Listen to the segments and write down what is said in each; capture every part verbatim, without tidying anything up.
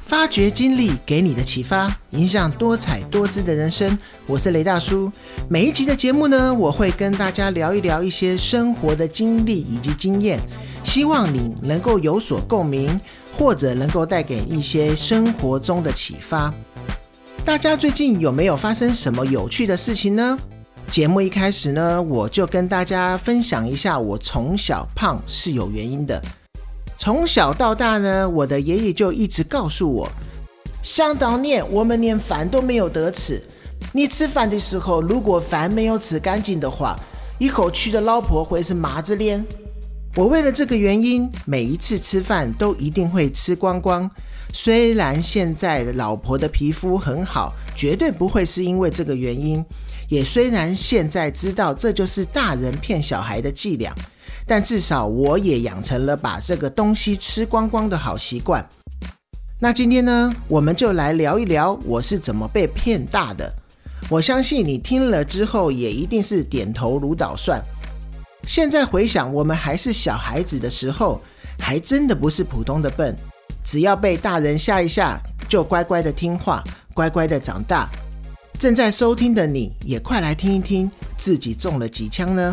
发掘经历给你的启发，影响多彩多姿的人生。我是雷大叔。每一集的节目呢，我会跟大家聊一聊一些生活的经历以及经验，希望你能够有所共鸣，或者能够带给一些生活中的启发。大家最近有没有发生什么有趣的事情呢？节目一开始呢，我就跟大家分享一下我从小胖是有原因的。从小到大呢，我的爷爷就一直告诉我，想当年我们连饭都没有得吃，你吃饭的时候如果饭没有吃干净的话，以后娶的老婆会是麻子脸。我为了这个原因，每一次吃饭都一定会吃光光。虽然现在老婆的皮肤很好，绝对不会是因为这个原因，也虽然现在知道这就是大人骗小孩的伎俩，但至少我也养成了把这个东西吃光光的好习惯。那今天呢，我们就来聊一聊我是怎么被骗大的。我相信你听了之后也一定是点头如捣蒜。现在回想我们还是小孩子的时候，还真的不是普通的笨，只要被大人吓一吓，就乖乖的听话，乖乖的长大。正在收听的你也快来听一听，自己中了几枪呢？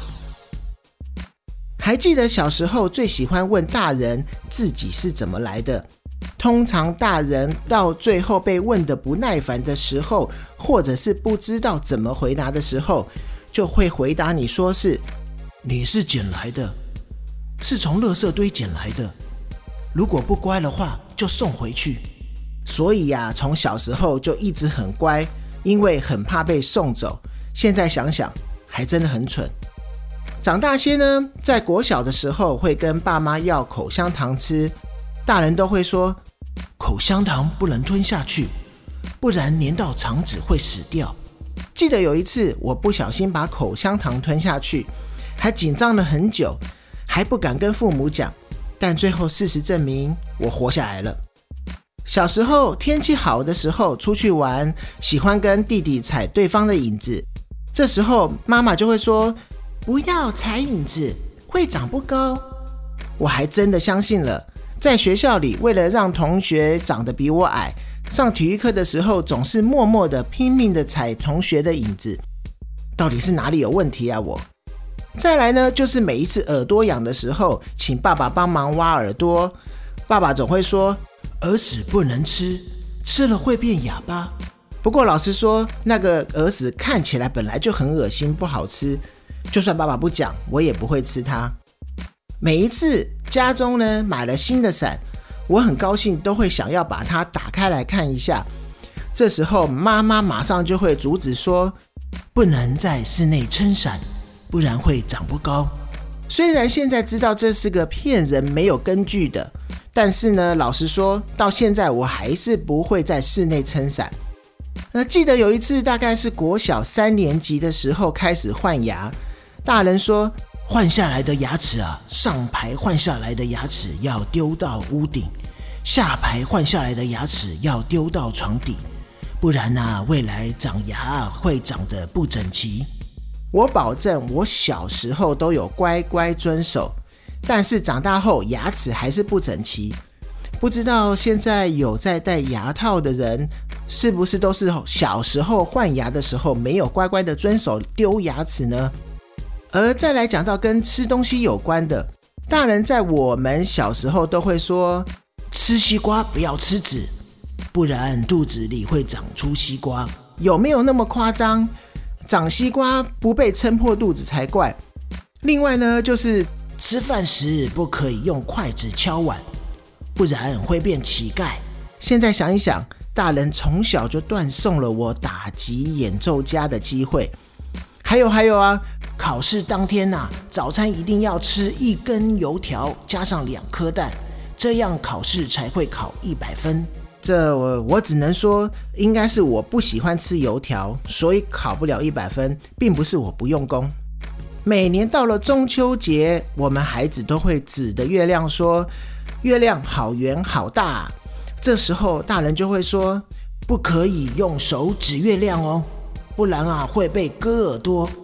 还记得小时候最喜欢问大人自己是怎么来的，通常大人到最后被问得不耐烦的时候，或者是不知道怎么回答的时候，就会回答你说是你是捡来的，是从垃圾堆捡来的，如果不乖的话就送回去。所以啊，从小时候就一直很乖，因为很怕被送走。现在想想还真的很蠢。长大些呢，在国小的时候会跟爸妈要口香糖吃，大人都会说口香糖不能吞下去，不然粘到肠子会死掉。记得有一次我不小心把口香糖吞下去，还紧张了很久，还不敢跟父母讲，但最后事实证明我活下来了。小时候天气好的时候出去玩，喜欢跟弟弟踩对方的影子，这时候妈妈就会说不要踩影子，会长不高。我还真的相信了。在学校里，为了让同学长得比我矮，上体育课的时候总是默默的拼命的踩同学的影子。到底是哪里有问题啊我？再来呢，就是每一次耳朵痒的时候，请爸爸帮忙挖耳朵，爸爸总会说耳屎不能吃，吃了会变哑巴。不过老实说，那个耳屎看起来本来就很恶心不好吃，就算爸爸不讲，我也不会吃它。每一次家中呢买了新的伞，我很高兴都会想要把它打开来看一下。这时候妈妈马上就会阻止说不能在室内撑伞，不然会长不高。虽然现在知道这是个骗人没有根据的，但是呢，老实说到现在我还是不会在室内撑伞。呃，记得有一次大概是国小三年级的时候开始换牙，大人说换下来的牙齿啊，上排换下来的牙齿要丢到屋顶，下排换下来的牙齿要丢到床底，不然啊，未来长牙啊会长得不整齐。我保证我小时候都有乖乖遵守，但是长大后牙齿还是不整齐。不知道现在有在戴牙套的人，是不是都是小时候换牙的时候没有乖乖的遵守丢牙齿呢？而再来讲到跟吃东西有关的，大人在我们小时候都会说吃西瓜不要吃籽，不然肚子里会长出西瓜。有没有那么夸张？长西瓜不被撑破肚子才怪。另外呢，就是吃饭时不可以用筷子敲碗，不然会变乞丐。现在想一想，大人从小就断送了我打击演奏家的机会。还有还有啊，考试当天啊，早餐一定要吃一根油条加上两颗蛋，这样考试才会考一百分。这 我, 我只能说应该是我不喜欢吃油条，所以考不了一百分，并不是我不用功。每年到了中秋节，我们孩子都会指着月亮说月亮好圆好大啊。这时候大人就会说不可以用手指月亮哦，不然啊会被割耳朵。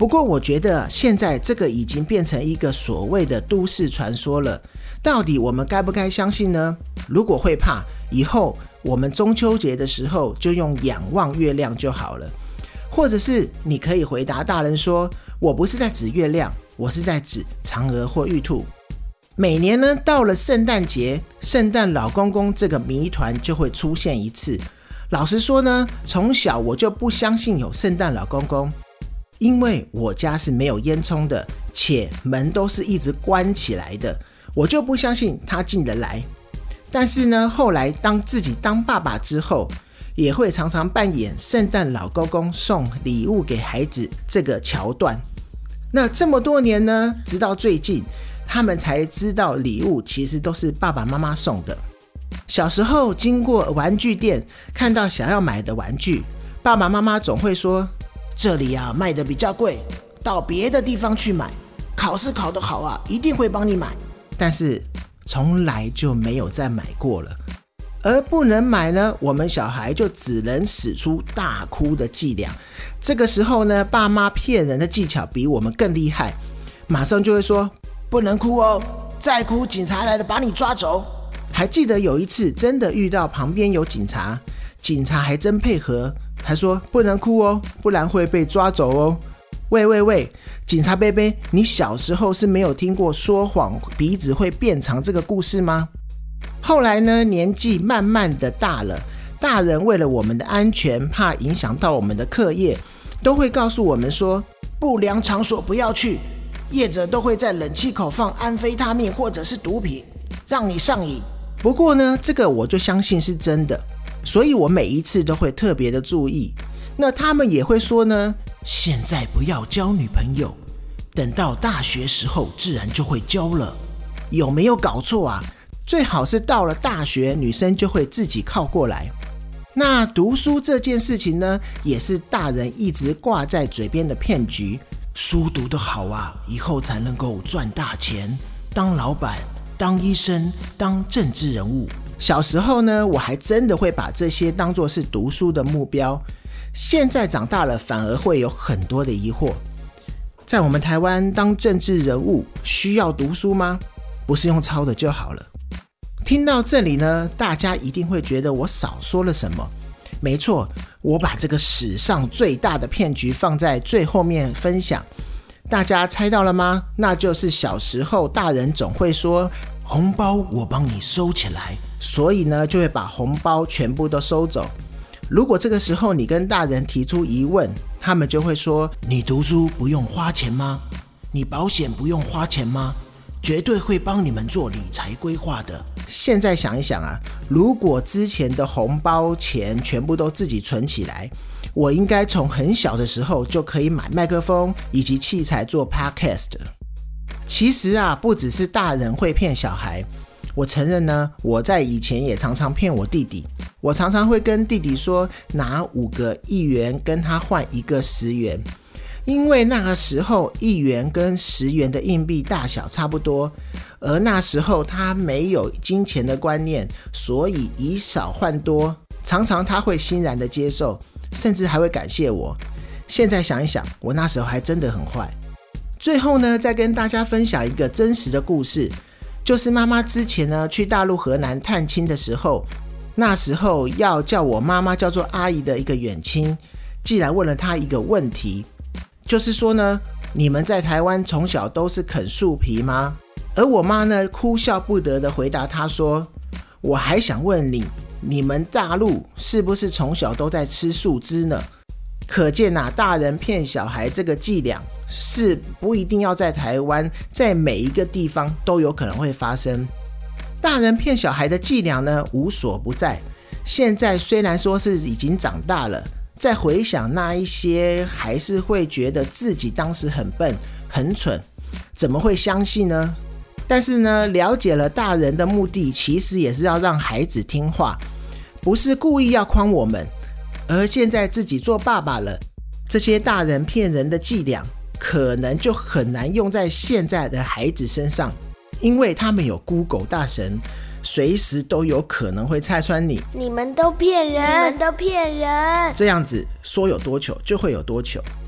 不过我觉得现在这个已经变成一个所谓的都市传说了，到底我们该不该相信呢？如果会怕，以后我们中秋节的时候就用仰望月亮就好了。或者是你可以回答大人说，我不是在指月亮，我是在指嫦娥或玉兔。每年呢，到了圣诞节，圣诞老公公这个谜团就会出现一次。老实说呢，从小我就不相信有圣诞老公公，因为我家是没有烟囱的，且门都是一直关起来的，我就不相信他进得来。但是呢，后来当自己当爸爸之后，也会常常扮演圣诞老公公送礼物给孩子这个桥段。那这么多年呢，直到最近他们才知道礼物其实都是爸爸妈妈送的。小时候经过玩具店，看到想要买的玩具，爸爸妈妈总会说，这里啊卖的比较贵，到别的地方去买，考试考得好啊一定会帮你买。但是从来就没有再买过了。而不能买呢，我们小孩就只能使出大哭的伎俩。这个时候呢，爸妈骗人的技巧比我们更厉害，马上就会说，不能哭哦，再哭警察来了把你抓走。还记得有一次真的遇到旁边有警察，警察还真配合，还说不能哭哦，不然会被抓走哦。喂喂喂，警察贝贝，你小时候是没有听过说谎鼻子会变长这个故事吗？后来呢，年纪慢慢的大了，大人为了我们的安全，怕影响到我们的课业，都会告诉我们说，不良场所不要去，业者都会在冷气口放安非他命或者是毒品，让你上瘾。不过呢，这个我就相信是真的，所以我每一次都会特别的注意。那他们也会说呢，现在不要交女朋友，等到大学时候自然就会交了。有没有搞错啊？最好是到了大学，女生就会自己靠过来。那读书这件事情呢，也是大人一直挂在嘴边的骗局。书读得好啊，以后才能够赚大钱，当老板，当医生，当政治人物。小时候呢，我还真的会把这些当作是读书的目标。现在长大了，反而会有很多的疑惑。在我们台湾当政治人物需要读书吗？不是用抄的就好了。听到这里呢，大家一定会觉得我少说了什么。没错，我把这个史上最大的骗局放在最后面分享。大家猜到了吗？那就是小时候大人总会说，红包我帮你收起来，所以呢就会把红包全部都收走。如果这个时候你跟大人提出疑问，他们就会说，你读书不用花钱吗？你保险不用花钱吗？绝对会帮你们做理财规划的。现在想一想啊，如果之前的红包钱全部都自己存起来，我应该从很小的时候就可以买麦克风以及器材做 podcast。 其实啊，不只是大人会骗小孩，我承认呢，我在以前也常常骗我弟弟。我常常会跟弟弟说，拿五个一元跟他换一个十元，因为那个时候一元跟十元的硬币大小差不多，而那时候他没有金钱的观念，所以以少换多，常常他会欣然的接受，甚至还会感谢我。现在想一想，我那时候还真的很坏。最后呢，再跟大家分享一个真实的故事，就是妈妈之前呢去大陆河南探亲的时候，那时候要叫我妈妈叫做阿姨的一个远亲，既然问了她一个问题，就是说呢，你们在台湾从小都是啃树皮吗？而我妈呢，哭笑不得的回答她说，我还想问你，你们大陆是不是从小都在吃树枝呢？可见啊，大人骗小孩这个伎俩是不一定要在台湾，在每一个地方都有可能会发生。大人骗小孩的伎俩呢，无所不在。现在虽然说是已经长大了，再回想那一些，还是会觉得自己当时很笨很蠢，怎么会相信呢？但是呢，了解了大人的目的，其实也是要让孩子听话，不是故意要诓我们。而现在自己做爸爸了，这些大人骗人的伎俩可能就很难用在现在的孩子身上，因为他们有 Google 大神，随时都有可能会拆穿你。 你们都骗人，你们都骗人。 这样子说有多糗就会有多糗。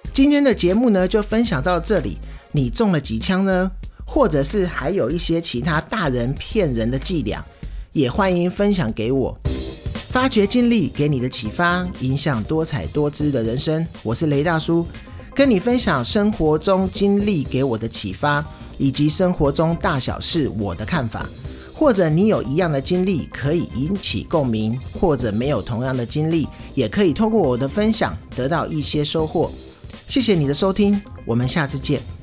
今天的节目呢就分享到这里，你中了几枪呢？或者是还有一些其他大人骗人的伎俩，也欢迎分享给我。发掘经历给你的启发，影响多彩多姿的人生。我是雷大叔，跟你分享生活中经历给我的启发，以及生活中大小事我的看法。或者你有一样的经历可以引起共鸣，或者没有同样的经历，也可以透过我的分享得到一些收获。谢谢你的收听，我们下次见。